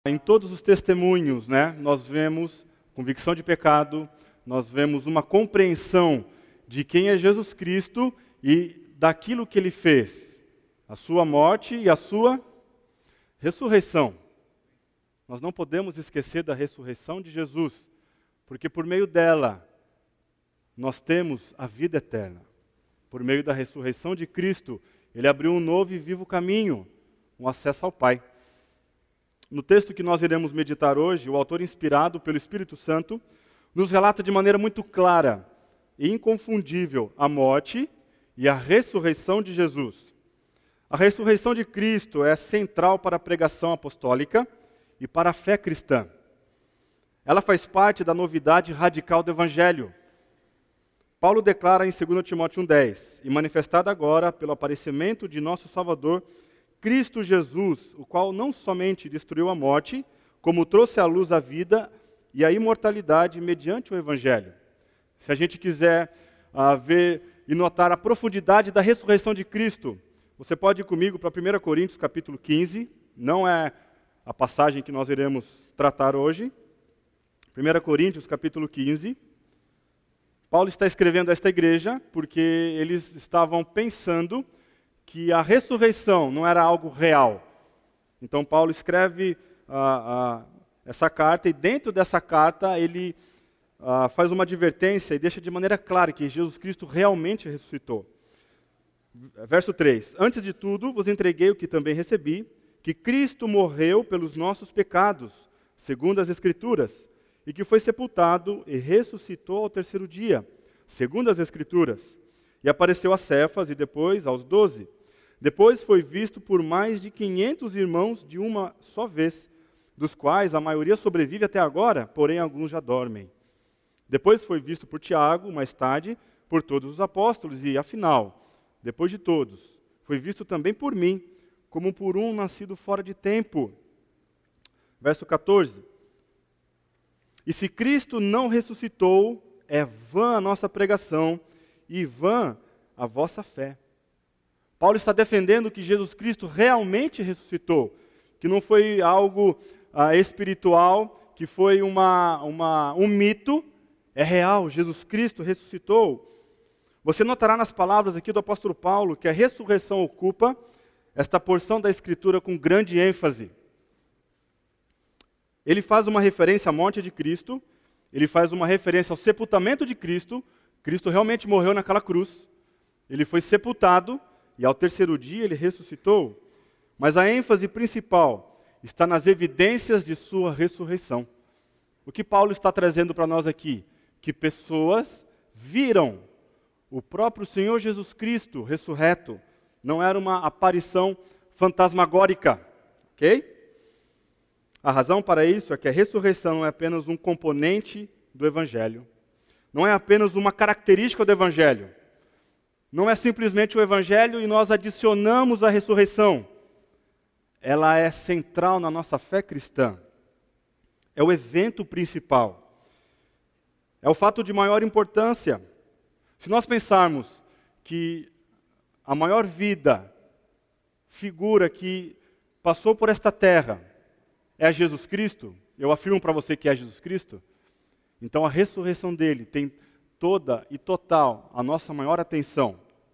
Em todos os testemunhos, né, nós vemos convicção de pecado, nós vemos uma compreensão de quem é Jesus Cristo e daquilo que Ele fez, a sua morte e a sua ressurreição. Nós não podemos esquecer da ressurreição de Jesus, porque por meio dela nós temos a vida eterna. Por meio da ressurreição de Cristo, Ele abriu um novo e vivo caminho, um acesso ao Pai. No texto que nós iremos meditar hoje, o autor, inspirado pelo Espírito Santo, nos relata de maneira muito clara e inconfundível a morte e a ressurreição de Jesus. A ressurreição de Cristo é central para a pregação apostólica e para a fé cristã. Ela faz parte da novidade radical do Evangelho. Paulo declara em 2 Timóteo 1,10, e manifestada agora pelo aparecimento de nosso Salvador, Cristo Jesus, o qual não somente destruiu a morte, como trouxe à luz a vida e a imortalidade mediante o Evangelho. Se a gente quiser ver e notar a profundidade da ressurreição de Cristo, você pode ir comigo para 1 Coríntios capítulo 15, não é a passagem que nós iremos tratar hoje. 1 Coríntios capítulo 15. Paulo está escrevendo a esta igreja porque eles estavam pensando que a ressurreição não era algo real. Então Paulo escreve essa carta, e dentro dessa carta ele faz uma advertência e deixa de maneira clara que Jesus Cristo realmente ressuscitou. Verso 3: Antes de tudo vos entreguei o que também recebi, que Cristo morreu pelos nossos pecados, segundo as Escrituras, e que foi sepultado e ressuscitou ao terceiro dia, segundo as Escrituras, e apareceu a Cefas e depois aos 12. Depois foi visto por mais de 500 irmãos de uma só vez, dos quais a maioria sobrevive até agora, porém alguns já dormem. Depois foi visto por Tiago, mais tarde, por todos os apóstolos, e afinal, depois de todos, foi visto também por mim, como por um nascido fora de tempo. Verso 14. E se Cristo não ressuscitou, é vã a nossa pregação e vã a vossa fé. Paulo está defendendo que Jesus Cristo realmente ressuscitou, que não foi algo espiritual, que foi um mito. É real, Jesus Cristo ressuscitou. Você notará nas palavras aqui do apóstolo Paulo que a ressurreição ocupa esta porção da Escritura com grande ênfase. Ele faz uma referência à morte de Cristo, ele faz uma referência ao sepultamento de Cristo. Cristo realmente morreu naquela cruz, ele foi sepultado, e ao terceiro dia ele ressuscitou. Mas a ênfase principal está nas evidências de sua ressurreição. O que Paulo está trazendo para nós aqui? Que pessoas viram o próprio Senhor Jesus Cristo ressurreto. Não era uma aparição fantasmagórica, ok? A razão para isso é que a ressurreição não é apenas um componente do Evangelho. Não é apenas uma característica do Evangelho. Não é simplesmente o Evangelho e nós adicionamos a ressurreição. Ela é central na nossa fé cristã. É o evento principal. É o fato de maior importância. Se nós pensarmos que a maior figura que passou por esta terra é Jesus Cristo, eu afirmo para você que é Jesus Cristo, então a ressurreição dele tem toda e total a nossa maior atenção.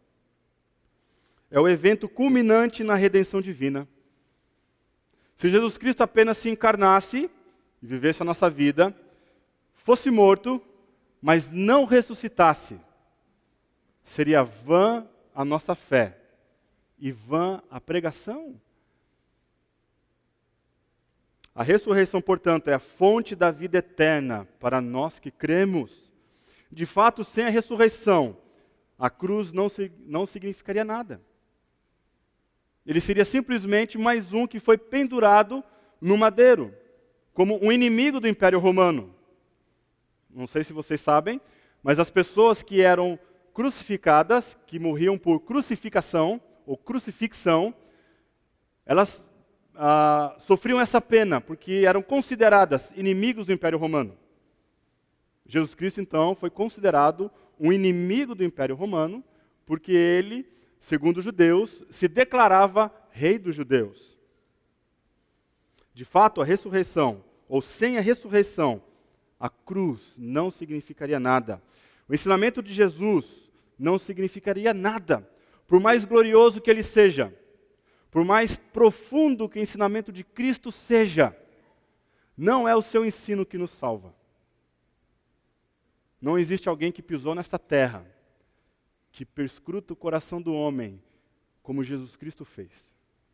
É o evento culminante na redenção divina. Se Jesus Cristo apenas se encarnasse e vivesse a nossa vida, fosse morto, mas não ressuscitasse, seria vã a nossa fé e vã a pregação. A ressurreição, portanto, é a fonte da vida eterna para nós que cremos. De fato, sem a ressurreição, a cruz não significaria nada. Ele seria simplesmente mais um que foi pendurado no madeiro, como um inimigo do Império Romano. Não sei se vocês sabem, mas as pessoas que eram crucificadas, que morriam por crucificação ou crucifixão, elas sofriam essa pena, porque eram consideradas inimigos do Império Romano. Jesus Cristo, então, foi considerado um inimigo do Império Romano, porque ele, segundo os judeus, se declarava rei dos judeus. De fato, a ressurreição, ou sem a ressurreição, a cruz não significaria nada. O ensinamento de Jesus não significaria nada, por mais glorioso que ele seja, por mais profundo que o ensinamento de Cristo seja. Não é o seu ensino que nos salva. Não existe alguém que pisou nesta terra, que perscruta o coração do homem, como Jesus Cristo fez.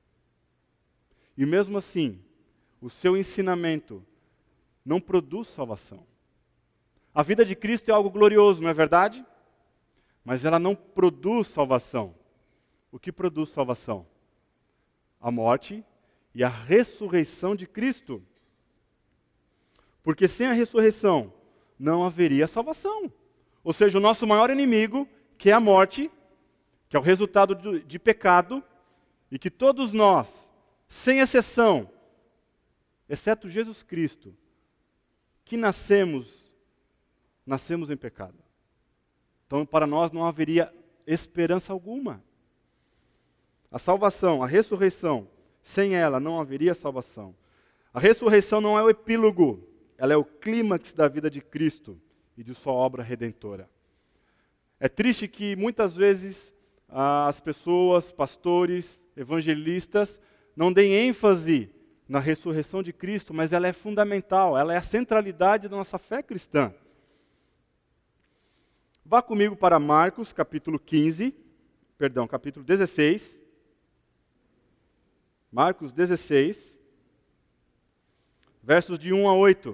E mesmo assim, o seu ensinamento não produz salvação. A vida de Cristo é algo glorioso, não é verdade? Mas ela não produz salvação. O que produz salvação? A morte e a ressurreição de Cristo. Porque sem a ressurreição não haveria salvação. Ou seja, o nosso maior inimigo, que é a morte, que é o resultado de pecado, e que todos nós, sem exceção, exceto Jesus Cristo, que nascemos em pecado. Então, para nós não haveria esperança alguma. A salvação, a ressurreição, sem ela não haveria salvação. A ressurreição não é o epílogo, ela é o clímax da vida de Cristo e de sua obra redentora. É triste que muitas vezes as pessoas, pastores, evangelistas, não deem ênfase na ressurreição de Cristo, mas ela é fundamental, ela é a centralidade da nossa fé cristã. Vá comigo para Marcos, capítulo 16. Marcos 16, versos de 1 a 8.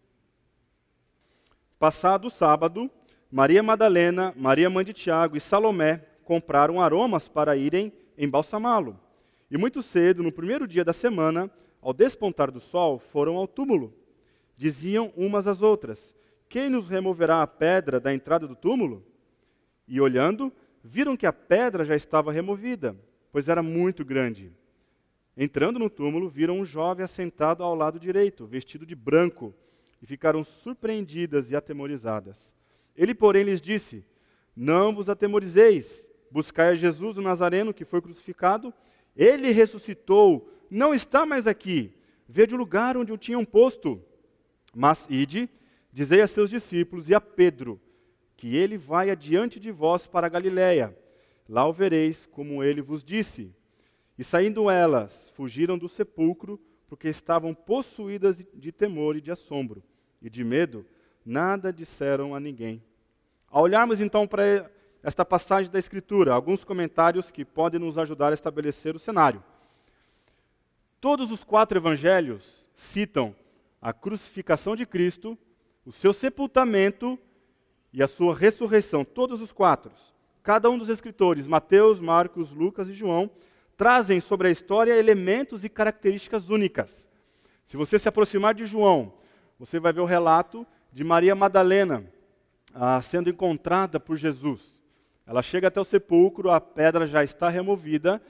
Passado o sábado, Maria Madalena, Maria mãe de Tiago e Salomé compraram aromas para irem embalsamá-lo. E muito cedo, no primeiro dia da semana, ao despontar do sol, foram ao túmulo. Diziam umas às outras: quem nos removerá a pedra da entrada do túmulo? E olhando, viram que a pedra já estava removida, pois era muito grande. Entrando no túmulo, viram um jovem assentado ao lado direito, vestido de branco, e ficaram surpreendidas e atemorizadas. Ele, porém, lhes disse: não vos atemorizeis, buscai a Jesus o Nazareno, que foi crucificado. Ele ressuscitou, não está mais aqui. Vede o lugar onde o tinham posto. Mas ide, dizei a seus discípulos e a Pedro, que ele vai adiante de vós para a Galiléia. Lá o vereis, como ele vos disse. E saindo elas, fugiram do sepulcro, porque estavam possuídas de temor e de assombro. E de medo, nada disseram a ninguém. Ao olharmos então para esta passagem da Escritura, alguns comentários que podem nos ajudar a estabelecer o cenário. Todos os 4 evangelhos citam a crucificação de Cristo, o seu sepultamento e a sua ressurreição. Todos os 4. Cada um dos escritores, Mateus, Marcos, Lucas e João, trazem sobre a história elementos e características únicas. Se você se aproximar de João, você vai ver o relato de Maria Madalena sendo encontrada por Jesus. Ela chega até o sepulcro, a pedra já está removida,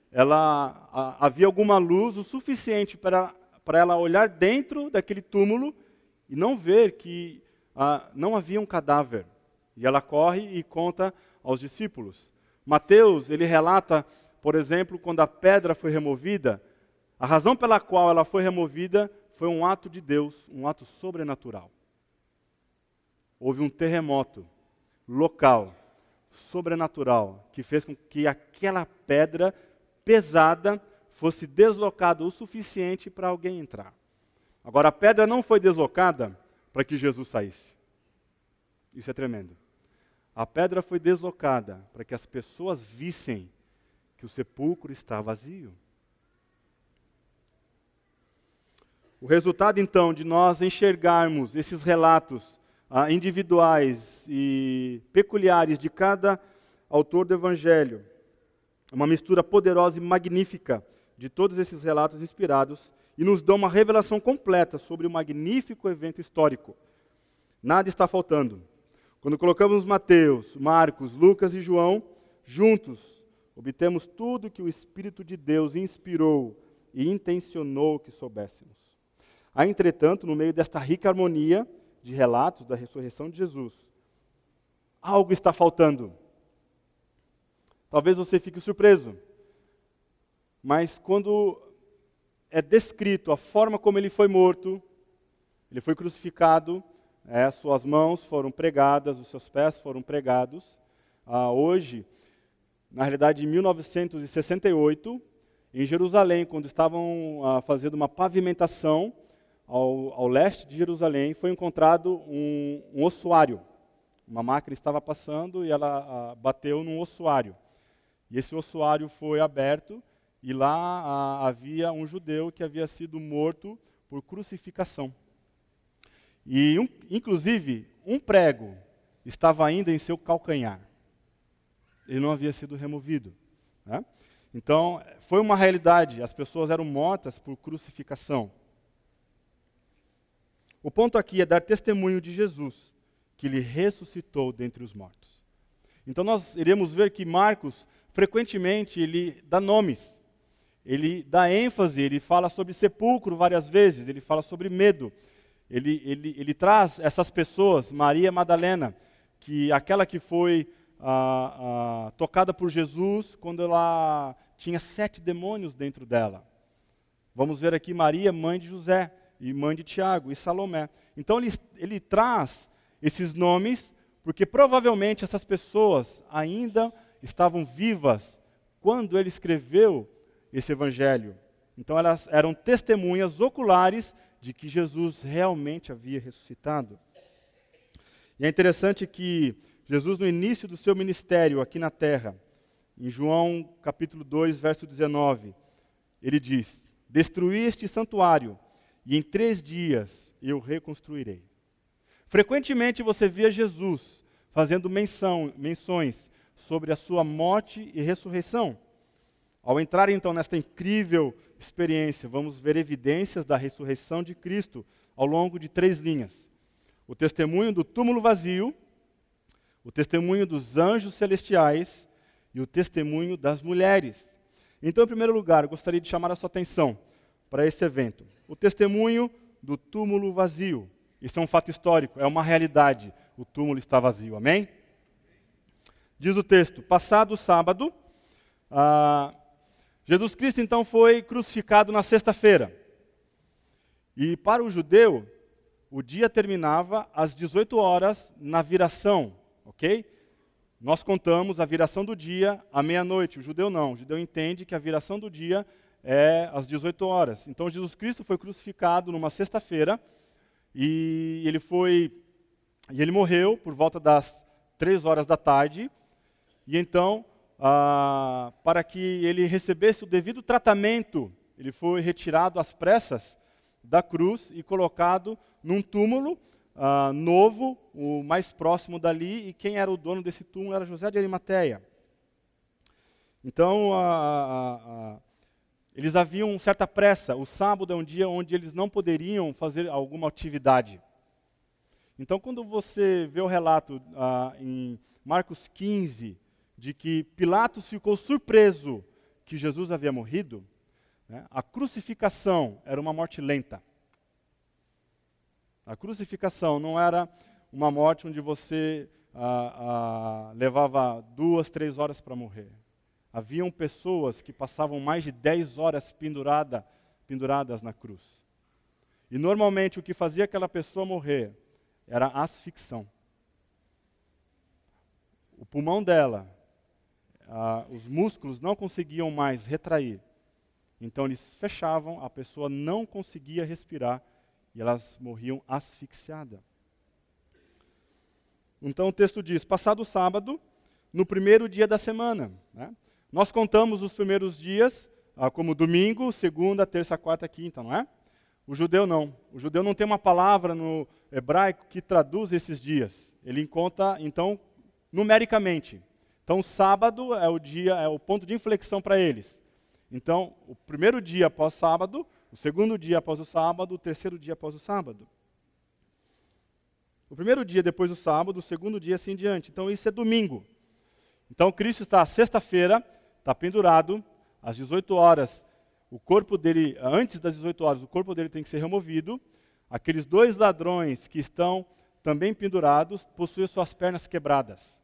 havia alguma luz o suficiente para ela olhar dentro daquele túmulo e não ver que não havia um cadáver. E ela corre e conta aos discípulos. Mateus, ele relata, por exemplo, quando a pedra foi removida, a razão pela qual ela foi removida foi um ato de Deus, um ato sobrenatural. Houve um terremoto local, sobrenatural, que fez com que aquela pedra pesada fosse deslocada o suficiente para alguém entrar. Agora, a pedra não foi deslocada para que Jesus saísse. Isso é tremendo. A pedra foi deslocada para que as pessoas vissem que o sepulcro está vazio. O resultado, então, de nós enxergarmos esses relatos individuais e peculiares de cada autor do Evangelho, uma mistura poderosa e magnífica de todos esses relatos inspirados, e nos dá uma revelação completa sobre o magnífico evento histórico. Nada está faltando. Quando colocamos Mateus, Marcos, Lucas e João juntos, obtemos tudo que o Espírito de Deus inspirou e intencionou que soubéssemos. Há, entretanto, no meio desta rica harmonia de relatos da ressurreição de Jesus, algo está faltando. Talvez você fique surpreso, mas quando é descrito a forma como ele foi morto. Ele foi crucificado, suas mãos foram pregadas, os seus pés foram pregados. Hoje, na realidade, em 1968, em Jerusalém, quando estavam fazendo uma pavimentação ao leste de Jerusalém, foi encontrado um ossuário. Uma máquina estava passando e ela bateu num ossuário. E esse ossuário foi aberto e lá havia um judeu que havia sido morto por crucificação. E, inclusive, um prego estava ainda em seu calcanhar. Ele não havia sido removido. Né? Então, foi uma realidade. As pessoas eram mortas por crucificação. O ponto aqui é dar testemunho de Jesus, que ele ressuscitou dentre os mortos. Então, nós iremos ver que Marcos, frequentemente, ele dá nomes. Ele dá ênfase, ele fala sobre sepulcro várias vezes, ele fala sobre medo. Ele traz essas pessoas, Maria Madalena, aquela que foi tocada por Jesus quando ela tinha 7 demônios dentro dela. Vamos ver aqui Maria, mãe de José, e mãe de Tiago, e Salomé. Então ele traz esses nomes, porque provavelmente essas pessoas ainda estavam vivas quando ele escreveu esse evangelho. Então elas eram testemunhas oculares de que Jesus realmente havia ressuscitado. E é interessante que Jesus, no início do seu ministério aqui na terra, em João capítulo 2, verso 19, ele diz: destruí este santuário, e em 3 dias eu reconstruirei. Frequentemente você via Jesus fazendo menções sobre a sua morte e ressurreição. Ao entrar então nesta incrível experiência, vamos ver evidências da ressurreição de Cristo ao longo de 3 linhas. O testemunho do túmulo vazio, o testemunho dos anjos celestiais e o testemunho das mulheres. Então, em primeiro lugar, eu gostaria de chamar a sua atenção para esse evento. O testemunho do túmulo vazio. Isso é um fato histórico, é uma realidade. O túmulo está vazio, amém? Diz o texto: passado o sábado, Jesus Cristo então foi crucificado na sexta-feira. E para o judeu, o dia terminava às 18 horas na viração, ok? Nós contamos a viração do dia à meia-noite, o judeu não. O judeu entende que a viração do dia é às 18 horas. Então Jesus Cristo foi crucificado numa sexta-feira e ele morreu por volta das 3 horas da tarde. E então, para que ele recebesse o devido tratamento, ele foi retirado às pressas da cruz e colocado num túmulo novo, o mais próximo dali, e quem era o dono desse túmulo era José de Arimateia. Então, eles haviam certa pressa. O sábado é um dia onde eles não poderiam fazer alguma atividade. Então, quando você vê o relato em Marcos 15, de que Pilatos ficou surpreso que Jesus havia morrido, né, a crucificação era uma morte lenta. A crucificação não era uma morte onde você levava 2, 3 horas para morrer. Haviam pessoas que passavam mais de 10 horas penduradas na cruz. E normalmente o que fazia aquela pessoa morrer era a asfixão. O pulmão dela, os músculos não conseguiam mais retrair. Então eles fechavam, a pessoa não conseguia respirar e elas morriam asfixiadas. Então o texto diz: passado o sábado, no primeiro dia da semana. Né? Nós contamos os primeiros dias como domingo, segunda, terça, quarta, quinta, não é? O judeu não. O judeu não tem uma palavra no hebraico que traduz esses dias. Ele conta, então, numericamente. Então, o sábado é o dia, é o ponto de inflexão para eles. Então, o primeiro dia após sábado, o segundo dia após o sábado, o terceiro dia após o sábado. O primeiro dia depois do sábado, o segundo dia assim em diante. Então, isso é domingo. Então, Cristo está sexta-feira, está pendurado, às 18 horas, o corpo dele, antes das 18 horas, o corpo dele tem que ser removido. Aqueles 2 ladrões que estão também pendurados, possuem suas pernas quebradas.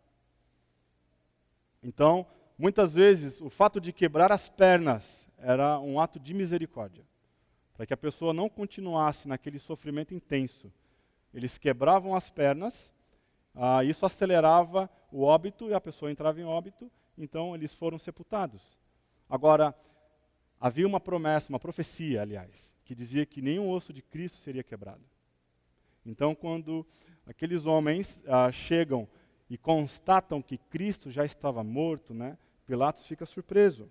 Então, muitas vezes, o fato de quebrar as pernas era um ato de misericórdia. para que a pessoa não continuasse naquele sofrimento intenso. Eles quebravam as pernas, isso acelerava o óbito e a pessoa entrava em óbito, então eles foram sepultados. Agora, havia uma promessa, uma profecia, aliás, que dizia que nenhum osso de Cristo seria quebrado. Então, quando aqueles homens chegam e constatam que Cristo já estava morto, né, Pilatos fica surpreso.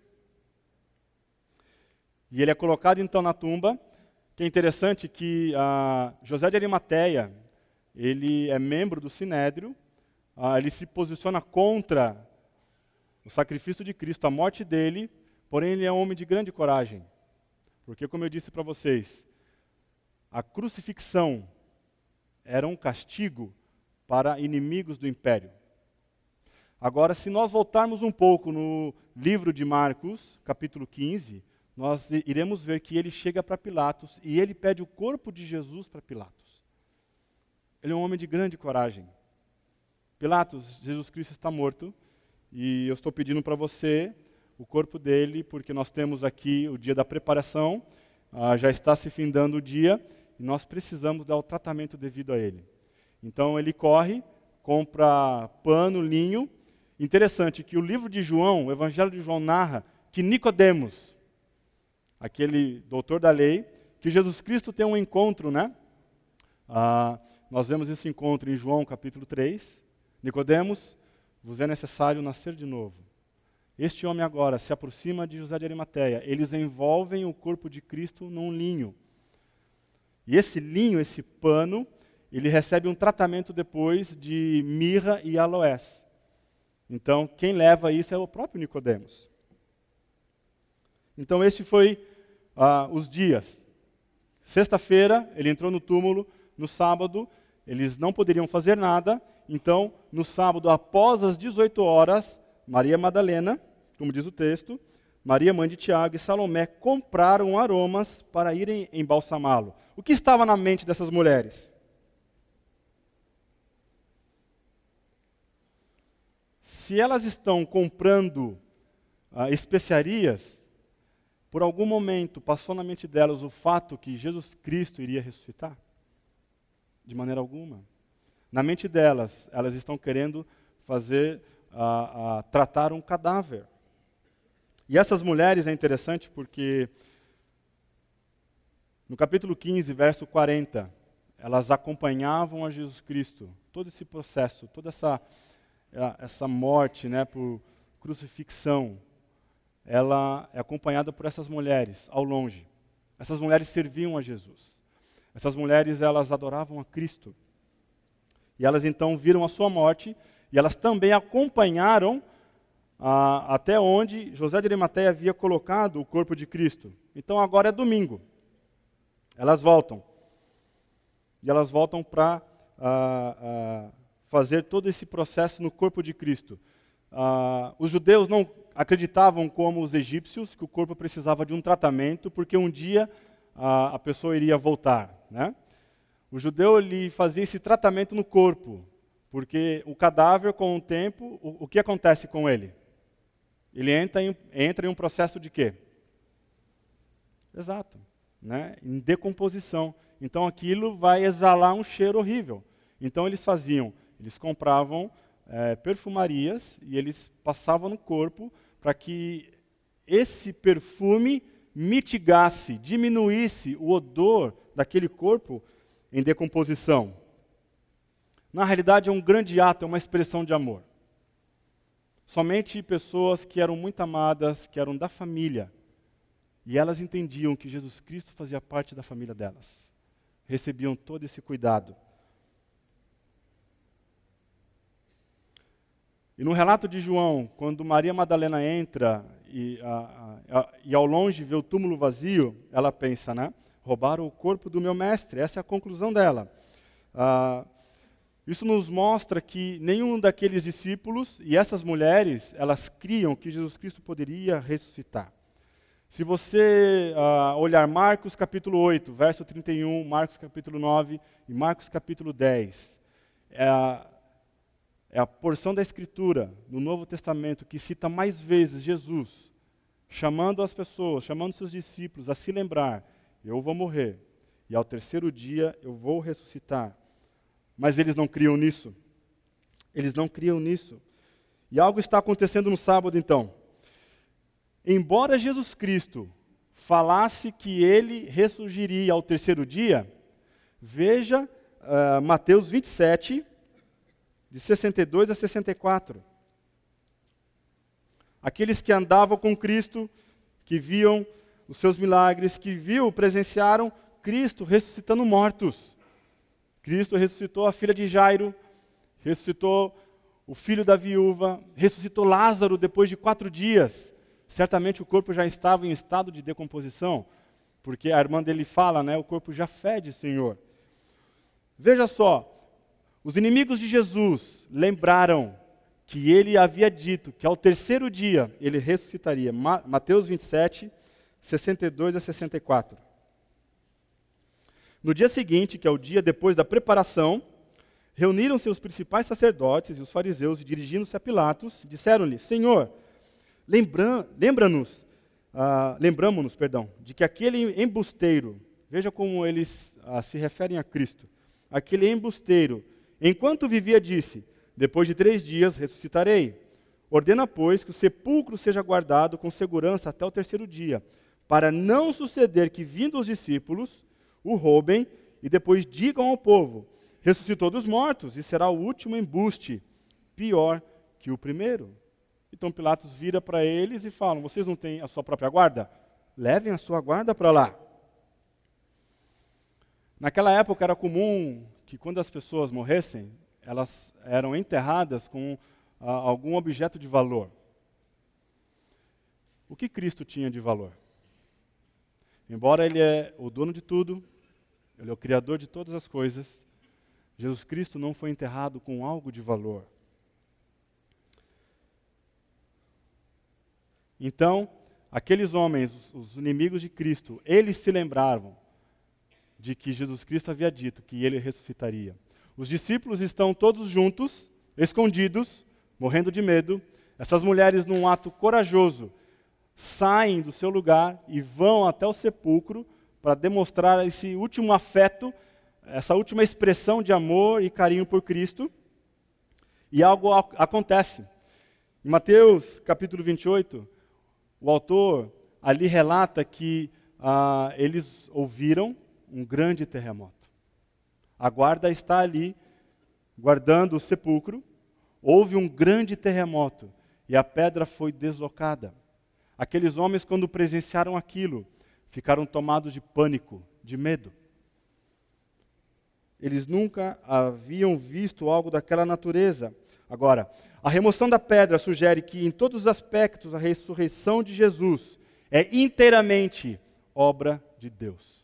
E ele é colocado então na tumba, que é interessante que José de Arimateia, ele é membro do Sinédrio, ele se posiciona contra o sacrifício de Cristo, a morte dele, porém ele é um homem de grande coragem. Porque, como eu disse para vocês, a crucifixão era um castigo para inimigos do império. Agora, se nós voltarmos um pouco no livro de Marcos, capítulo 15, nós iremos ver que ele chega para Pilatos e ele pede o corpo de Jesus para Pilatos. Ele é um homem de grande coragem. Pilatos, Jesus Cristo está morto e eu estou pedindo para você o corpo dele, porque nós temos aqui o dia da preparação, já está se findando o dia e nós precisamos dar o tratamento devido a ele. Então ele corre, compra pano, linho. Interessante que o livro de João, o Evangelho de João narra que Nicodemos, aquele doutor da lei, que Jesus Cristo tem um encontro, né? Nós vemos esse encontro em João capítulo 3. Nicodemos, vos é necessário nascer de novo. Este homem agora se aproxima de José de Arimateia. Eles envolvem o corpo de Cristo num linho. E esse linho, esse pano, ele recebe um tratamento depois de mirra e aloés. Então, quem leva isso é o próprio Nicodemos. Então, esse foi os dias. Sexta-feira, ele entrou no túmulo. No sábado, eles não poderiam fazer nada. Então, no sábado, após as 18 horas, Maria Madalena, como diz o texto, Maria, mãe de Tiago e Salomé compraram aromas para irem embalsamá-lo. O que estava na mente dessas mulheres? Se elas estão comprando especiarias, por algum momento passou na mente delas o fato que Jesus Cristo iria ressuscitar? De maneira alguma. Na mente delas, elas estão querendo tratar um cadáver. E essas mulheres é interessante porque no capítulo 15, verso 40, elas acompanhavam a Jesus Cristo, todo esse processo, toda essa morte, né, por crucifixão, ela é acompanhada por essas mulheres ao longe. Essas mulheres serviam a Jesus. Essas mulheres, elas adoravam a Cristo. E elas então viram a sua morte e elas também acompanharam até onde José de Arimateia havia colocado o corpo de Cristo. Então agora é domingo. Elas voltam. E elas voltam para fazer todo esse processo no corpo de Cristo. Os judeus não acreditavam como os egípcios que o corpo precisava de um tratamento, porque um dia a pessoa iria voltar, né? O judeu ele fazia esse tratamento no corpo, porque o cadáver, com o tempo, o que acontece com ele? Ele entra em um processo de quê? Exato, né? Em decomposição. Então aquilo vai exalar um cheiro horrível. Então eles compravam perfumarias e eles passavam no corpo para que esse perfume mitigasse, diminuísse o odor daquele corpo em decomposição. Na realidade é um grande ato, é uma expressão de amor. Somente pessoas que eram muito amadas, que eram da família, e elas entendiam que Jesus Cristo fazia parte da família delas. Recebiam todo esse cuidado. E no relato de João, quando Maria Madalena entra e ao longe vê o túmulo vazio, ela pensa, né? Roubaram o corpo do meu mestre. Essa é a conclusão dela. Isso nos mostra que nenhum daqueles discípulos e essas mulheres, elas criam que Jesus Cristo poderia ressuscitar. Se você olhar Marcos capítulo 8, verso 31, Marcos capítulo 9 e Marcos capítulo 10, é a porção da Escritura no Novo Testamento que cita mais vezes Jesus chamando as pessoas, chamando seus discípulos a se lembrar eu vou morrer, e ao terceiro dia eu vou ressuscitar. Mas eles não criam nisso. Eles não criam nisso. E algo está acontecendo no sábado, então. Embora Jesus Cristo falasse que ele ressurgiria ao terceiro dia, veja Mateus 27, de 62 a 64. Aqueles que andavam com Cristo, que viam os seus milagres, que presenciaram Cristo ressuscitando mortos. Cristo ressuscitou a filha de Jairo, ressuscitou o filho da viúva, ressuscitou Lázaro depois de 4 dias. Certamente o corpo já estava em estado de decomposição, porque a irmã dele fala, o corpo já fede, Senhor. Veja só, os inimigos de Jesus lembraram que ele havia dito que ao terceiro dia ele ressuscitaria. Mateus 27, 62 a 64. No dia seguinte, que é o dia depois da preparação, reuniram-se os principais sacerdotes e os fariseus e, dirigindo-se a Pilatos, disseram-lhe: Senhor, lembramos-nos, de que aquele embusteiro, veja como eles se referem a Cristo, aquele embusteiro, enquanto vivia, disse: depois de 3 dias ressuscitarei. Ordena, pois, que o sepulcro seja guardado com segurança até o terceiro dia, para não suceder que, vindo os discípulos, o roubem e depois digam ao povo: ressuscitou dos mortos, e será o último embuste, pior que o primeiro. Então Pilatos vira para eles e fala: vocês não têm a sua própria guarda? Levem a sua guarda para lá. Naquela época era comum que quando as pessoas morressem, elas eram enterradas com algum objeto de valor. O que Cristo tinha de valor? Embora ele é o dono de tudo, ele é o criador de todas as coisas, Jesus Cristo não foi enterrado com algo de valor. Então, aqueles homens, os inimigos de Cristo, eles se lembravam de que Jesus Cristo havia dito que ele ressuscitaria. Os discípulos estão todos juntos, escondidos, morrendo de medo. Essas mulheres, num ato corajoso, saem do seu lugar e vão até o sepulcro para demonstrar esse último afeto, essa última expressão de amor e carinho por Cristo. E algo acontece. Em Mateus capítulo 28, o autor ali relata que eles ouviram um grande terremoto. A guarda está ali, guardando o sepulcro. Houve um grande terremoto e a pedra foi deslocada. Aqueles homens, quando presenciaram aquilo, ficaram tomados de pânico, de medo. Eles nunca haviam visto algo daquela natureza. Agora, a remoção da pedra sugere que, em todos os aspectos, a ressurreição de Jesus é inteiramente obra de Deus.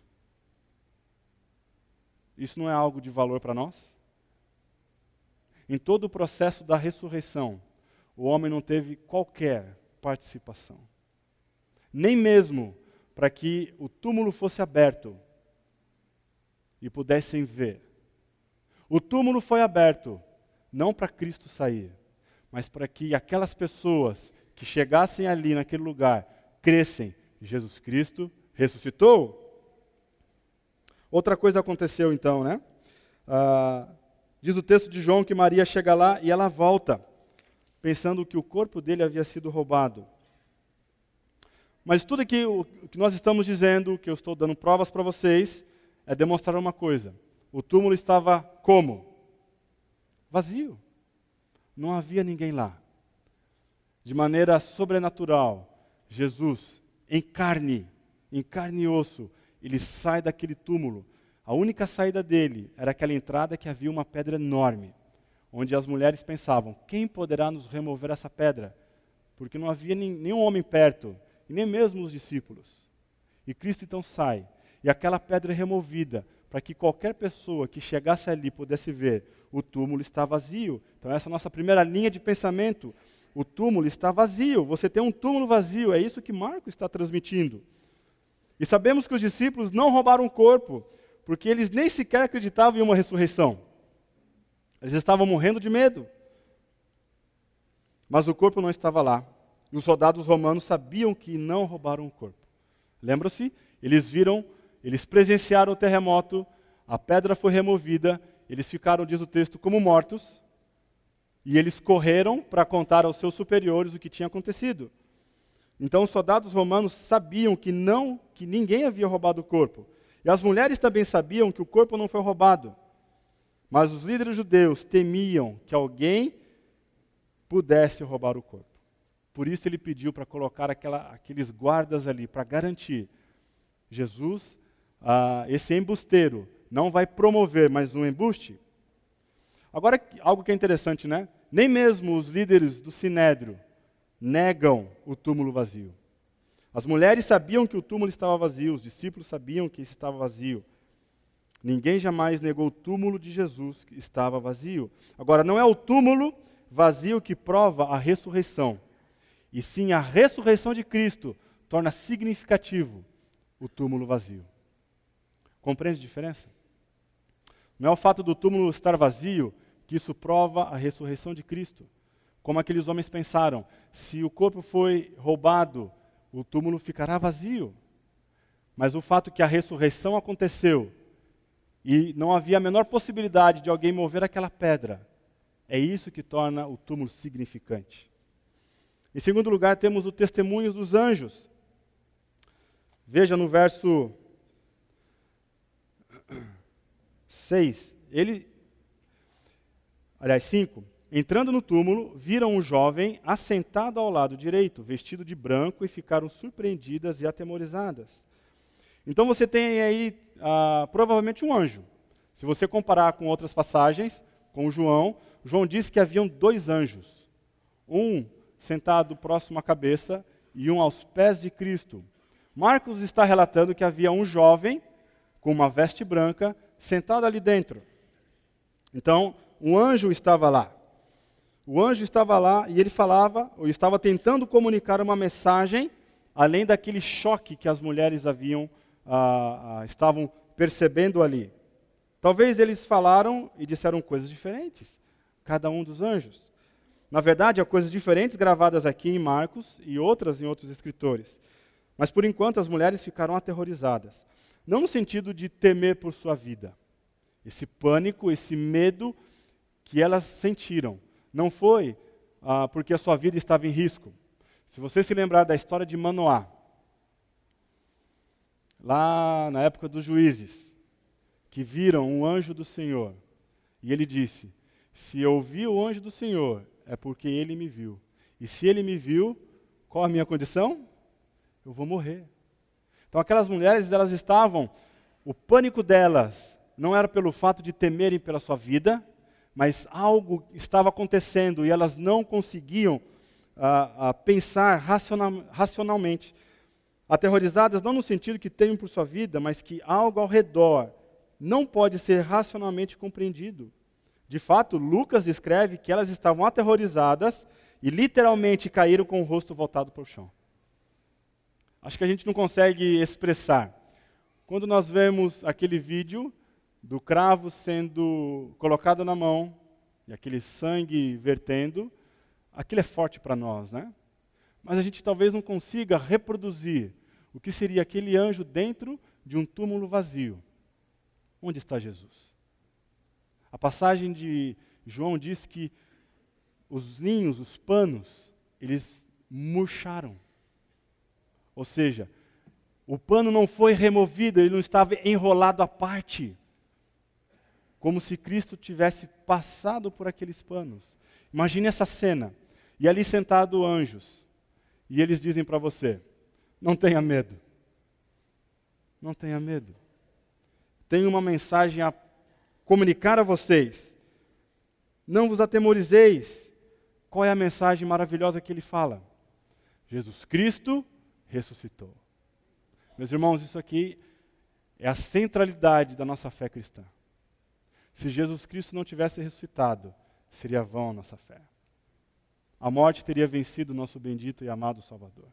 Isso não é algo de valor para nós? Em todo o processo da ressurreição, o homem não teve qualquer participação. Nem mesmo para que o túmulo fosse aberto e pudessem ver. O túmulo foi aberto não para Cristo sair, mas para que aquelas pessoas que chegassem ali naquele lugar crescem. Jesus Cristo ressuscitou. Outra coisa aconteceu então, diz o texto de João que Maria chega lá e ela volta, pensando que o corpo dele havia sido roubado. Mas tudo aqui, o que nós estamos dizendo, que eu estou dando provas para vocês, é demonstrar uma coisa. O túmulo estava como? Vazio. Não havia ninguém lá. De maneira sobrenatural, Jesus, em carne e osso, ele sai daquele túmulo. A única saída dele era aquela entrada que havia uma pedra enorme, onde as mulheres pensavam: quem poderá nos remover essa pedra? Porque não havia nenhum homem perto, e nem mesmo os discípulos. E Cristo então sai, e aquela pedra é removida, para que qualquer pessoa que chegasse ali pudesse ver, o túmulo está vazio. Então essa é a nossa primeira linha de pensamento. O túmulo está vazio, você tem um túmulo vazio, é isso que Marcos está transmitindo. E sabemos que os discípulos não roubaram o corpo, porque eles nem sequer acreditavam em uma ressurreição. Eles estavam morrendo de medo. Mas o corpo não estava lá. E os soldados romanos sabiam que não roubaram o corpo. Lembra-se? Eles viram eles presenciaram o terremoto, a pedra foi removida, eles ficaram, diz o texto, como mortos, e eles correram para contar aos seus superiores o que tinha acontecido. Então os soldados romanos sabiam que ninguém havia roubado o corpo. E as mulheres também sabiam que o corpo não foi roubado. Mas os líderes judeus temiam que alguém pudesse roubar o corpo. Por isso ele pediu para colocar aqueles guardas ali, para garantir. Jesus, esse embusteiro, não vai promover mais um embuste. Agora, algo que é interessante, né? Nem mesmo os líderes do Sinédrio negam o túmulo vazio. As mulheres sabiam que o túmulo estava vazio, os discípulos sabiam que estava vazio. Ninguém jamais negou o túmulo de Jesus que estava vazio. Agora, não é o túmulo vazio que prova a ressurreição, e sim a ressurreição de Cristo torna significativo o túmulo vazio. Compreende a diferença? Não é o fato do túmulo estar vazio que isso prova a ressurreição de Cristo. Como aqueles homens pensaram, se o corpo foi roubado, o túmulo ficará vazio. Mas o fato que a ressurreição aconteceu e não havia a menor possibilidade de alguém mover aquela pedra, é isso que torna o túmulo significante. Em segundo lugar, temos o testemunho dos anjos. Veja no verso 6, 5. Entrando no túmulo, viram um jovem assentado ao lado direito, vestido de branco, e ficaram surpreendidas e atemorizadas. Então você tem aí provavelmente um anjo. Se você comparar com outras passagens, com João diz que haviam 2 anjos. Um sentado próximo à cabeça e um aos pés de Cristo. Marcos está relatando que havia um jovem com uma veste branca sentado ali dentro. Então, um anjo estava lá. O anjo estava lá e ele falava, ou estava tentando comunicar uma mensagem, além daquele choque que as mulheres estavam percebendo ali. Talvez eles falaram e disseram coisas diferentes, cada um dos anjos. Na verdade, há coisas diferentes gravadas aqui em Marcos e outras em outros escritores. Mas, por enquanto, as mulheres ficaram aterrorizadas. Não no sentido de temer por sua vida. Esse pânico, esse medo que elas sentiram. Não foi porque a sua vida estava em risco. Se você se lembrar da história de Manoá, lá na época dos juízes, que viram um anjo do Senhor, e ele disse, se eu vi o anjo do Senhor, é porque ele me viu. E se ele me viu, qual a minha condição? Eu vou morrer. Então aquelas mulheres, elas estavam, o pânico delas não era pelo fato de temerem pela sua vida, mas algo estava acontecendo e elas não conseguiam pensar racionalmente. Aterrorizadas não no sentido que temem por sua vida, mas que algo ao redor não pode ser racionalmente compreendido. De fato, Lucas escreve que elas estavam aterrorizadas e literalmente caíram com o rosto voltado para o chão. Acho que a gente não consegue expressar. Quando nós vemos aquele vídeo do cravo sendo colocado na mão e aquele sangue vertendo, aquilo é forte para nós, né? Mas a gente talvez não consiga reproduzir o que seria aquele anjo dentro de um túmulo vazio. Onde está Jesus? A passagem de João diz que os linhos, os panos, eles murcharam. Ou seja, o pano não foi removido, ele não estava enrolado à parte. Como se Cristo tivesse passado por aqueles panos. Imagine essa cena. E ali sentado anjos. E eles dizem para você, não tenha medo. Não tenha medo. Tenho uma mensagem a comunicar a vocês. Não vos atemorizeis. Qual é a mensagem maravilhosa que ele fala? Jesus Cristo ressuscitou. Meus irmãos, isso aqui é a centralidade da nossa fé cristã. Se Jesus Cristo não tivesse ressuscitado, seria vã a nossa fé. A morte teria vencido o nosso bendito e amado Salvador.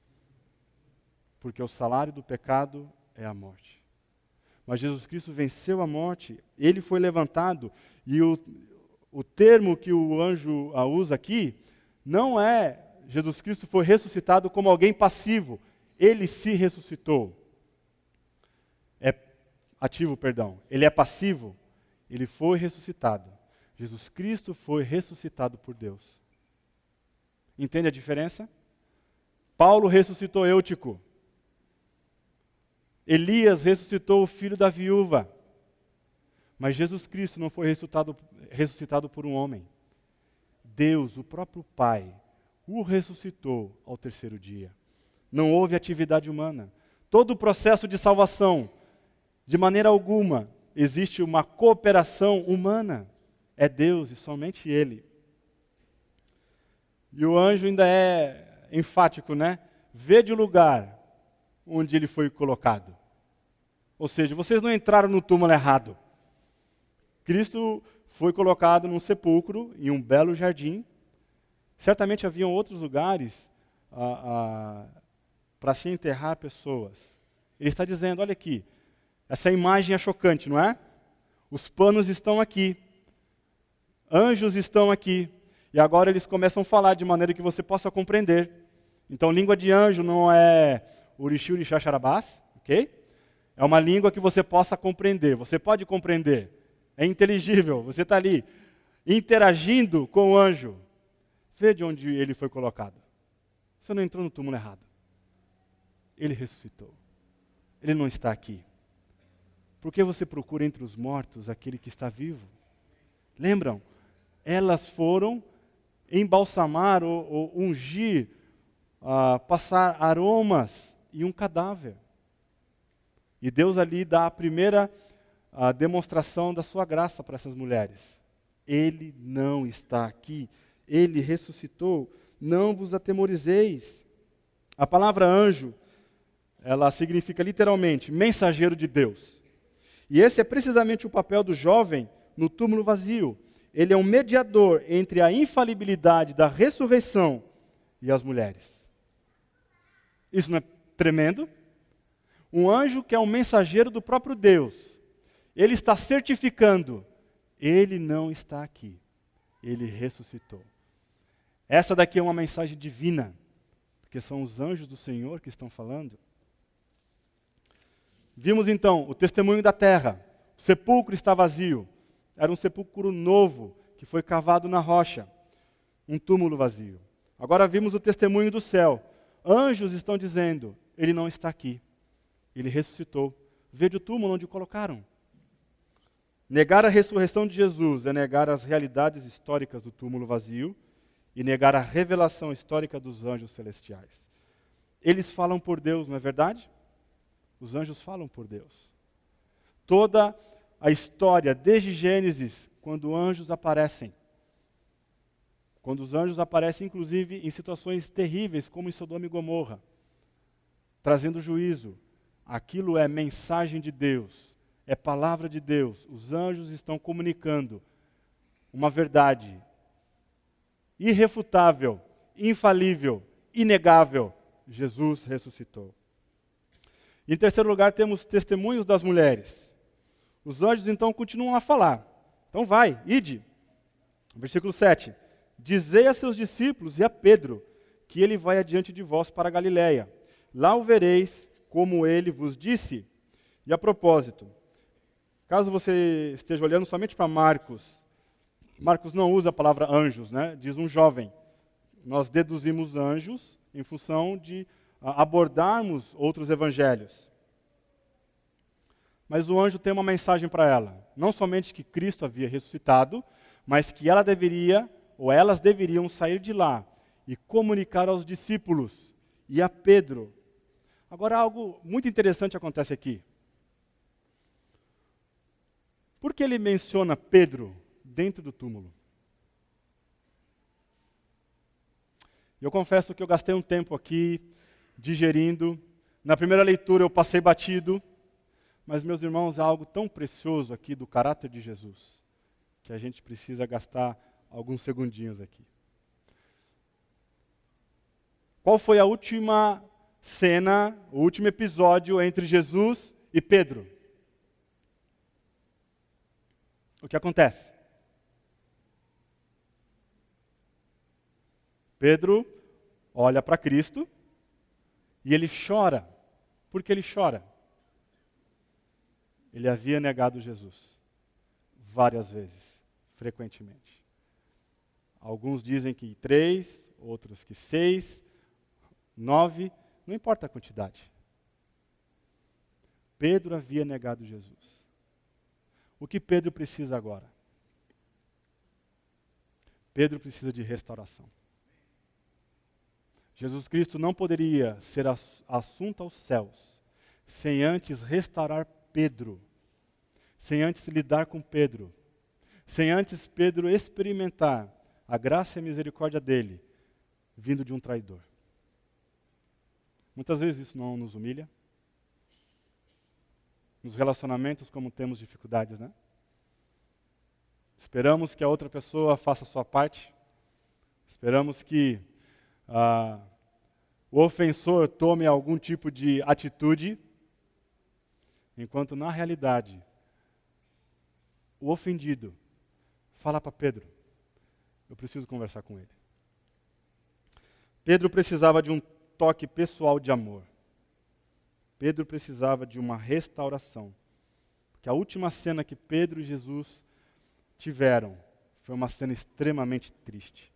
Porque o salário do pecado é a morte. Mas Jesus Cristo venceu a morte, ele foi levantado, e o termo que o anjo usa aqui, não é Jesus Cristo foi ressuscitado como alguém passivo, ele se ressuscitou. É ativo, perdão. Ele é passivo. Ele foi ressuscitado. Jesus Cristo foi ressuscitado por Deus. Entende a diferença? Paulo ressuscitou Eutico. Elias ressuscitou o filho da viúva. Mas Jesus Cristo não foi ressuscitado por um homem. Deus, o próprio Pai, o ressuscitou ao terceiro dia. Não houve atividade humana. Todo o processo de salvação, de maneira alguma, existe uma cooperação humana. É Deus e somente Ele. E o anjo ainda é enfático, né? Vede o lugar onde ele foi colocado. Ou seja, vocês não entraram no túmulo errado. Cristo foi colocado num sepulcro, em um belo jardim. Certamente haviam outros lugares para se enterrar pessoas. Ele está dizendo, olha aqui, essa imagem é chocante, não é? Os panos estão aqui. Anjos estão aqui. E agora eles começam a falar de maneira que você possa compreender. Então, língua de anjo não é urixi, urixá, xarabás, ok? É uma língua que você possa compreender. Você pode compreender. É inteligível. Você está ali interagindo com o anjo. Vê de onde ele foi colocado. Você não entrou no túmulo errado. Ele ressuscitou. Ele não está aqui. Por que você procura entre os mortos aquele que está vivo? Lembram? Elas foram embalsamar ou ungir, passar aromas em um cadáver. E Deus ali dá a primeira demonstração da sua graça para essas mulheres. Ele não está aqui. Ele ressuscitou. Não vos atemorizeis. A palavra anjo, ela significa literalmente mensageiro de Deus. E esse é precisamente o papel do jovem no túmulo vazio. Ele é um mediador entre a infalibilidade da ressurreição e as mulheres. Isso não é tremendo? Um anjo que é um mensageiro do próprio Deus. Ele está certificando, ele não está aqui. Ele ressuscitou. Essa daqui é uma mensagem divina, porque são os anjos do Senhor que estão falando. Vimos então o testemunho da terra. O sepulcro está vazio. Era um sepulcro novo, que foi cavado na rocha. Um túmulo vazio. Agora vimos o testemunho do céu. Anjos estão dizendo, ele não está aqui. Ele ressuscitou. Vede o túmulo onde o colocaram. Negar a ressurreição de Jesus é negar as realidades históricas do túmulo vazio e negar a revelação histórica dos anjos celestiais. Eles falam por Deus, não é verdade? Os anjos falam por Deus. Toda a história, desde Gênesis, quando anjos aparecem. Quando os anjos aparecem, inclusive, em situações terríveis, como em Sodoma e Gomorra, trazendo juízo. Aquilo é mensagem de Deus, é palavra de Deus. Os anjos estão comunicando uma verdade irrefutável, infalível, inegável. Jesus ressuscitou. Em terceiro lugar, temos testemunhos das mulheres. Os anjos então continuam a falar. Então vai, ide. Versículo 7. Dizei a seus discípulos e a Pedro que ele vai adiante de vós para a Galiléia. Lá o vereis, como ele vos disse. E a propósito, caso você esteja olhando somente para Marcos, Marcos não usa a palavra anjos, né? Diz um jovem. Nós deduzimos anjos em função de abordarmos outros evangelhos. Mas o anjo tem uma mensagem para ela. Não somente que Cristo havia ressuscitado, mas que ela deveria, ou elas deveriam sair de lá e comunicar aos discípulos e a Pedro. Agora, algo muito interessante acontece aqui. Por que ele menciona Pedro dentro do túmulo? Eu confesso que eu gastei um tempo aqui digerindo. Na primeira leitura eu passei batido, mas, meus irmãos, há algo tão precioso aqui do caráter de Jesus, que a gente precisa gastar alguns segundinhos aqui. Qual foi a última cena, o último episódio entre Jesus e Pedro? O que acontece? Pedro olha para Cristo e ele chora. Por que ele chora? ele havia negado Jesus várias vezes, frequentemente. Alguns dizem que 3, outros que 6, 9, não importa a quantidade. Pedro havia negado Jesus. O que Pedro precisa agora? Pedro precisa de restauração. Jesus Cristo não poderia ser assunto aos céus sem antes restaurar Pedro, sem antes lidar com Pedro, sem antes Pedro experimentar a graça e a misericórdia dele, vindo de um traidor. Muitas vezes isso não nos humilha. Nos relacionamentos, como temos dificuldades, né? Esperamos que a outra pessoa faça a sua parte. Esperamos que o ofensor tome algum tipo de atitude, enquanto na realidade, o ofendido fala para Pedro: eu preciso conversar com ele. Pedro precisava de um toque pessoal de amor. Pedro precisava de uma restauração. Porque a última cena que Pedro e Jesus tiveram foi uma cena extremamente triste.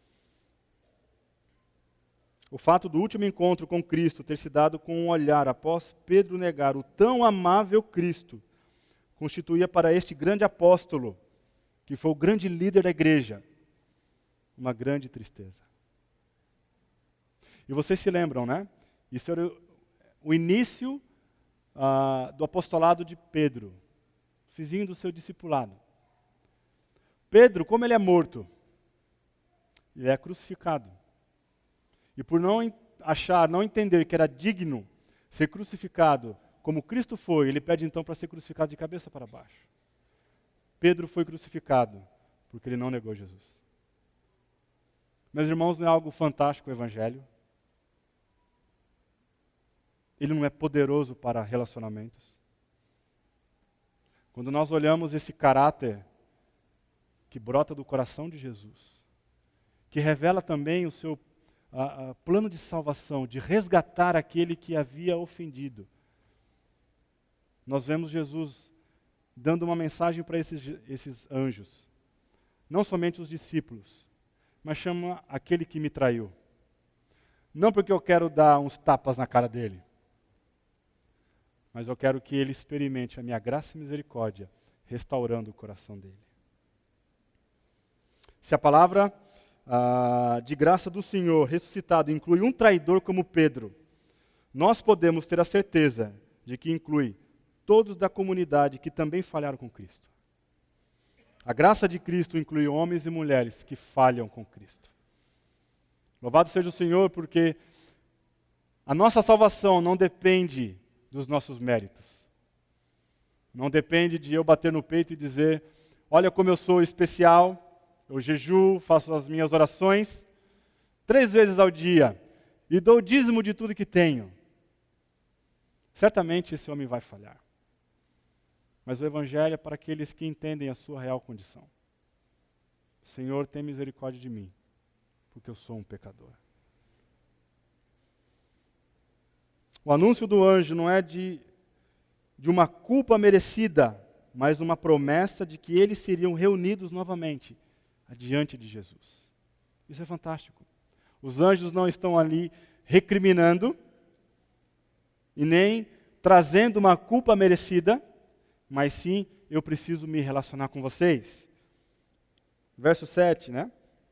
O fato do último encontro com Cristo ter se dado com um olhar após Pedro negar o tão amável Cristo, constituía para este grande apóstolo, que foi o grande líder da igreja, uma grande tristeza. E vocês se lembram, né? Isso era o início do apostolado de Pedro, fizinho do seu discipulado. Pedro, como ele é morto, ele é crucificado. E por não entender que era digno ser crucificado como Cristo foi, ele pede então para ser crucificado de cabeça para baixo. Pedro foi crucificado porque ele não negou Jesus. Meus irmãos, não é algo fantástico o Evangelho? Ele não é poderoso para relacionamentos? Quando nós olhamos esse caráter que brota do coração de Jesus, que revela também o seu plano de salvação, de resgatar aquele que havia ofendido, nós vemos Jesus dando uma mensagem para esses anjos. Não somente os discípulos, mas chama aquele que me traiu. Não porque eu quero dar uns tapas na cara dele, mas eu quero que ele experimente a minha graça e misericórdia, restaurando o coração dele. Se a palavra de graça do Senhor ressuscitado inclui um traidor como Pedro, nós podemos ter a certeza de que inclui todos da comunidade que também falharam com Cristo. A graça de Cristo inclui homens e mulheres que falham com Cristo. Louvado seja o Senhor, porque a nossa salvação não depende dos nossos méritos. Não depende de eu bater no peito e dizer: olha como eu sou especial, eu jejuo, faço as minhas orações 3 vezes ao dia e dou o dízimo de tudo que tenho. Certamente esse homem vai falhar. Mas o Evangelho é para aqueles que entendem a sua real condição. Senhor, tem misericórdia de mim, porque eu sou um pecador. O anúncio do anjo não é de uma culpa merecida, mas uma promessa de que eles seriam reunidos novamente diante de Jesus. Isso é fantástico. Os anjos não estão ali recriminando e nem trazendo uma culpa merecida, mas sim, eu preciso me relacionar com vocês. Verso 7, né?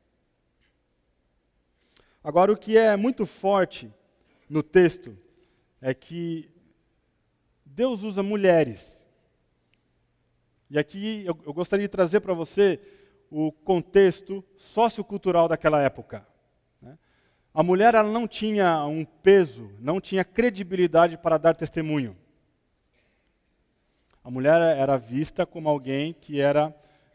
Agora, o que é muito forte no texto é que Deus usa mulheres. E aqui eu gostaria de trazer para você o contexto sociocultural daquela época. Né? A mulher ela não tinha um peso, não tinha credibilidade para dar testemunho. A mulher era vista como alguém que era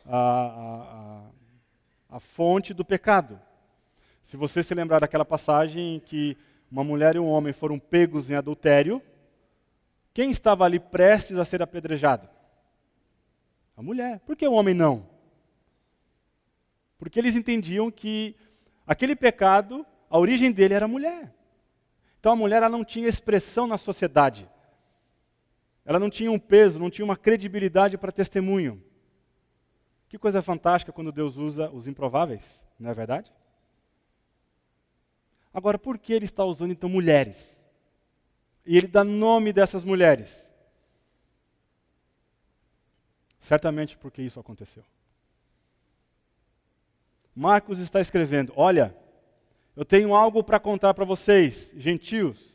a fonte do pecado. Se você se lembrar daquela passagem em que uma mulher e um homem foram pegos em adultério, quem estava ali prestes a ser apedrejado? A mulher. Por que o homem não? Porque eles entendiam que aquele pecado, a origem dele era a mulher. Então a mulher ela não tinha expressão na sociedade. Ela não tinha um peso, não tinha uma credibilidade para testemunho. Que coisa fantástica quando Deus usa os improváveis, não é verdade? Agora, por que ele está usando então mulheres? E ele dá nome dessas mulheres. Certamente porque isso aconteceu. Marcos está escrevendo, olha, eu tenho algo para contar para vocês, gentios.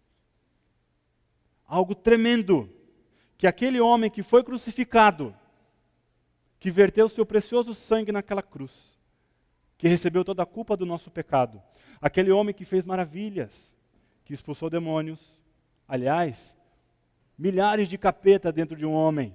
Algo tremendo, que aquele homem que foi crucificado, que verteu seu precioso sangue naquela cruz, que recebeu toda a culpa do nosso pecado, aquele homem que fez maravilhas, que expulsou demônios, aliás, milhares de capeta dentro de um homem,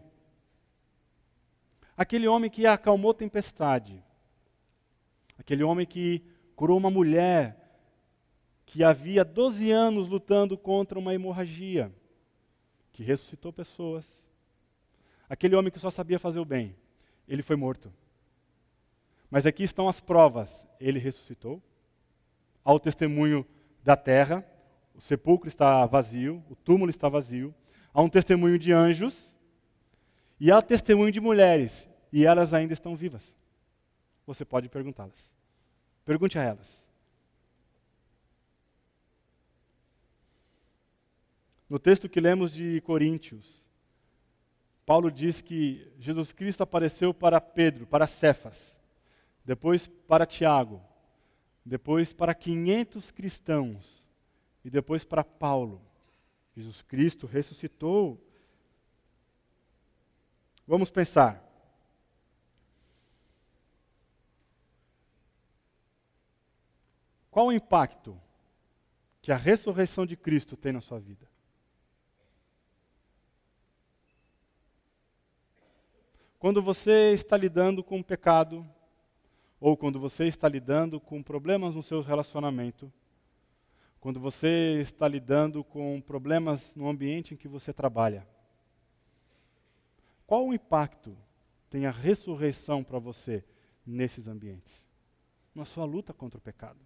aquele homem que acalmou tempestade, aquele homem que curou uma mulher que havia 12 anos lutando contra uma hemorragia, que ressuscitou pessoas. Aquele homem que só sabia fazer o bem, ele foi morto. Mas aqui estão as provas. Ele ressuscitou. Há o testemunho da terra, o sepulcro está vazio, o túmulo está vazio. Há um testemunho de anjos e há testemunho de mulheres, e elas ainda estão vivas. Você pode perguntá-las. Pergunte a elas. No texto que lemos de Coríntios, Paulo diz que Jesus Cristo apareceu para Pedro, para Cefas, depois para Tiago, depois para 500 cristãos e depois para Paulo. Jesus Cristo ressuscitou. Vamos pensar. Qual o impacto que a ressurreição de Cristo tem na sua vida? Quando você está lidando com o pecado, ou quando você está lidando com problemas no seu relacionamento, quando você está lidando com problemas no ambiente em que você trabalha, qual o impacto tem a ressurreição para você nesses ambientes? Na sua luta contra o pecado.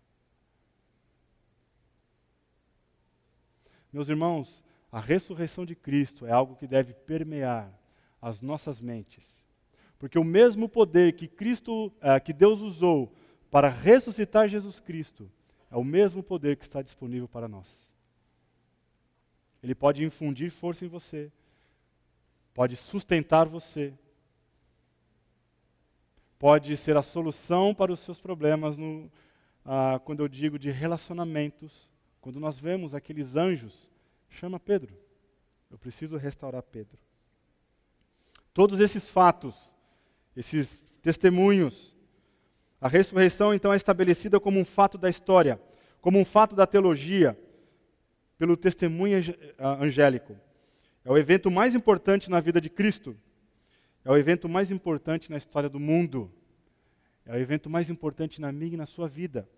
Meus irmãos, a ressurreição de Cristo é algo que deve permear as nossas mentes. Porque o mesmo poder que Deus usou para ressuscitar Jesus Cristo é o mesmo poder que está disponível para nós. Ele pode infundir força em você, pode sustentar você, pode ser a solução para os seus problemas, quando eu digo de relacionamentos, quando nós vemos aqueles anjos, chama Pedro, eu preciso restaurar Pedro. Todos esses fatos, esses testemunhos, a ressurreição então é estabelecida como um fato da história, como um fato da teologia, pelo testemunho angélico. É o evento mais importante na vida de Cristo, é o evento mais importante na história do mundo, é o evento mais importante na minha e na sua vida.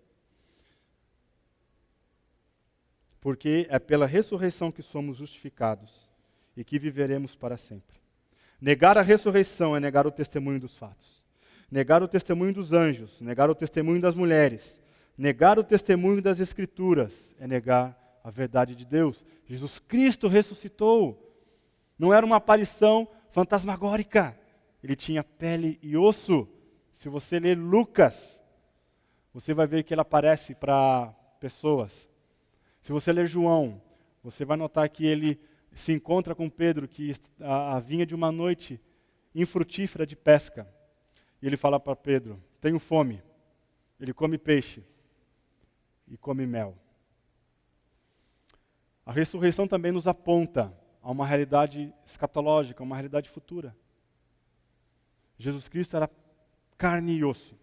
Porque é pela ressurreição que somos justificados e que viveremos para sempre. Negar a ressurreição é negar o testemunho dos fatos. Negar o testemunho dos anjos, negar o testemunho das mulheres, negar o testemunho das Escrituras é negar a verdade de Deus. Jesus Cristo ressuscitou. Não era uma aparição fantasmagórica. Ele tinha pele e osso. Se você ler Lucas, você vai ver que ele aparece para pessoas. Se você ler João, você vai notar que ele se encontra com Pedro, que vinha de uma noite infrutífera de pesca. E ele fala para Pedro, tenho fome. Ele come peixe e come mel. A ressurreição também nos aponta a uma realidade escatológica, uma realidade futura. Jesus Cristo era carne e osso.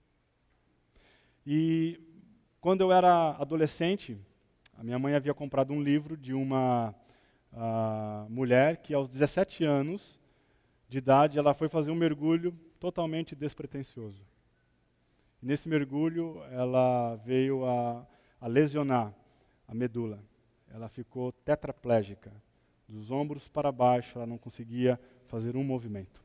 E quando eu era adolescente, a minha mãe havia comprado um livro de uma mulher que aos 17 anos de idade ela foi fazer um mergulho totalmente despretensioso. E nesse mergulho ela veio a lesionar a medula. Ela ficou tetraplégica. Dos ombros para baixo ela não conseguia fazer um movimento.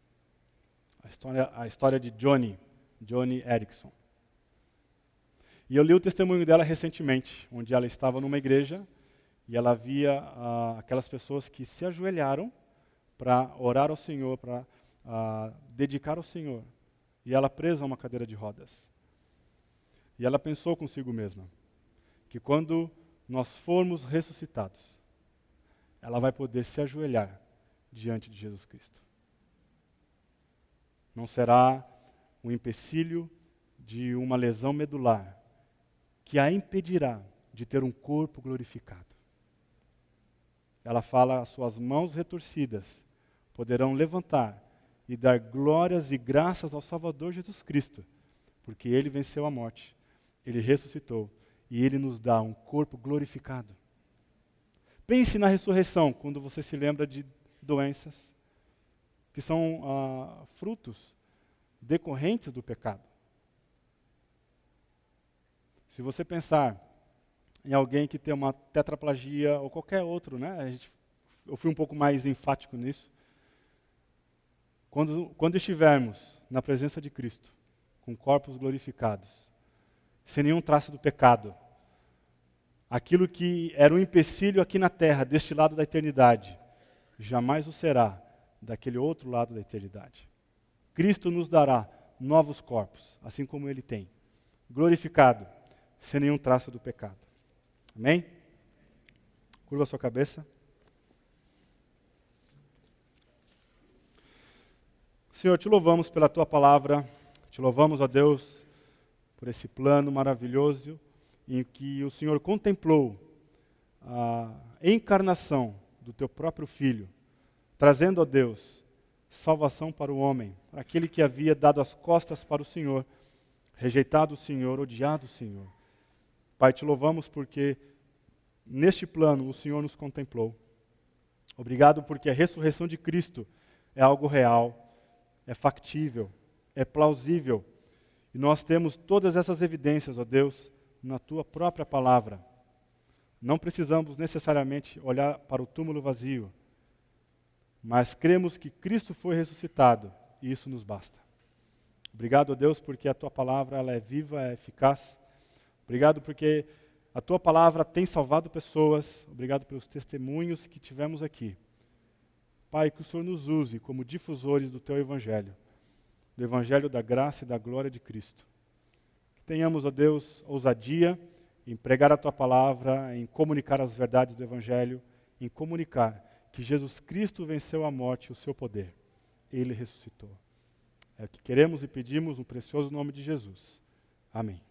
A história de Johnny Erickson. E eu li o testemunho dela recentemente, onde ela estava numa igreja e ela via aquelas pessoas que se ajoelharam para orar ao Senhor, para dedicar ao Senhor. E ela presa a uma cadeira de rodas. E ela pensou consigo mesma que quando nós formos ressuscitados, ela vai poder se ajoelhar diante de Jesus Cristo. Não será um empecilho de uma lesão medular que a impedirá de ter um corpo glorificado. Ela fala, as suas mãos retorcidas poderão levantar e dar glórias e graças ao Salvador Jesus Cristo, porque Ele venceu a morte, Ele ressuscitou e Ele nos dá um corpo glorificado. Pense na ressurreição, quando você se lembra de doenças que são frutos decorrentes do pecado. Se você pensar em alguém que tem uma tetraplegia ou qualquer outro, né? Eu fui um pouco mais enfático nisso. Quando estivermos na presença de Cristo, com corpos glorificados, sem nenhum traço do pecado, aquilo que era um empecilho aqui na terra, deste lado da eternidade, jamais o será daquele outro lado da eternidade. Cristo nos dará novos corpos, assim como Ele tem, glorificado, sem nenhum traço do pecado. Amém? Curva a sua cabeça. Senhor, te louvamos pela Tua palavra, te louvamos, ó Deus, por esse plano maravilhoso em que o Senhor contemplou a encarnação do Teu próprio Filho, trazendo, ó Deus, salvação para o homem, para aquele que havia dado as costas para o Senhor, rejeitado o Senhor, odiado o Senhor. Pai, te louvamos porque neste plano o Senhor nos contemplou. Obrigado porque a ressurreição de Cristo é algo real, é factível, é plausível. E nós temos todas essas evidências, ó Deus, na Tua própria palavra. Não precisamos necessariamente olhar para o túmulo vazio, mas cremos que Cristo foi ressuscitado e isso nos basta. Obrigado, ó Deus, porque a Tua palavra ela é viva, é eficaz. Obrigado porque a Tua palavra tem salvado pessoas. Obrigado pelos testemunhos que tivemos aqui. Pai, que o Senhor nos use como difusores do Teu Evangelho, do Evangelho da graça e da glória de Cristo. Que tenhamos, ó Deus, ousadia em pregar a Tua palavra, em comunicar as verdades do Evangelho, em comunicar que Jesus Cristo venceu a morte e o seu poder. Ele ressuscitou. É o que queremos e pedimos no precioso nome de Jesus. Amém.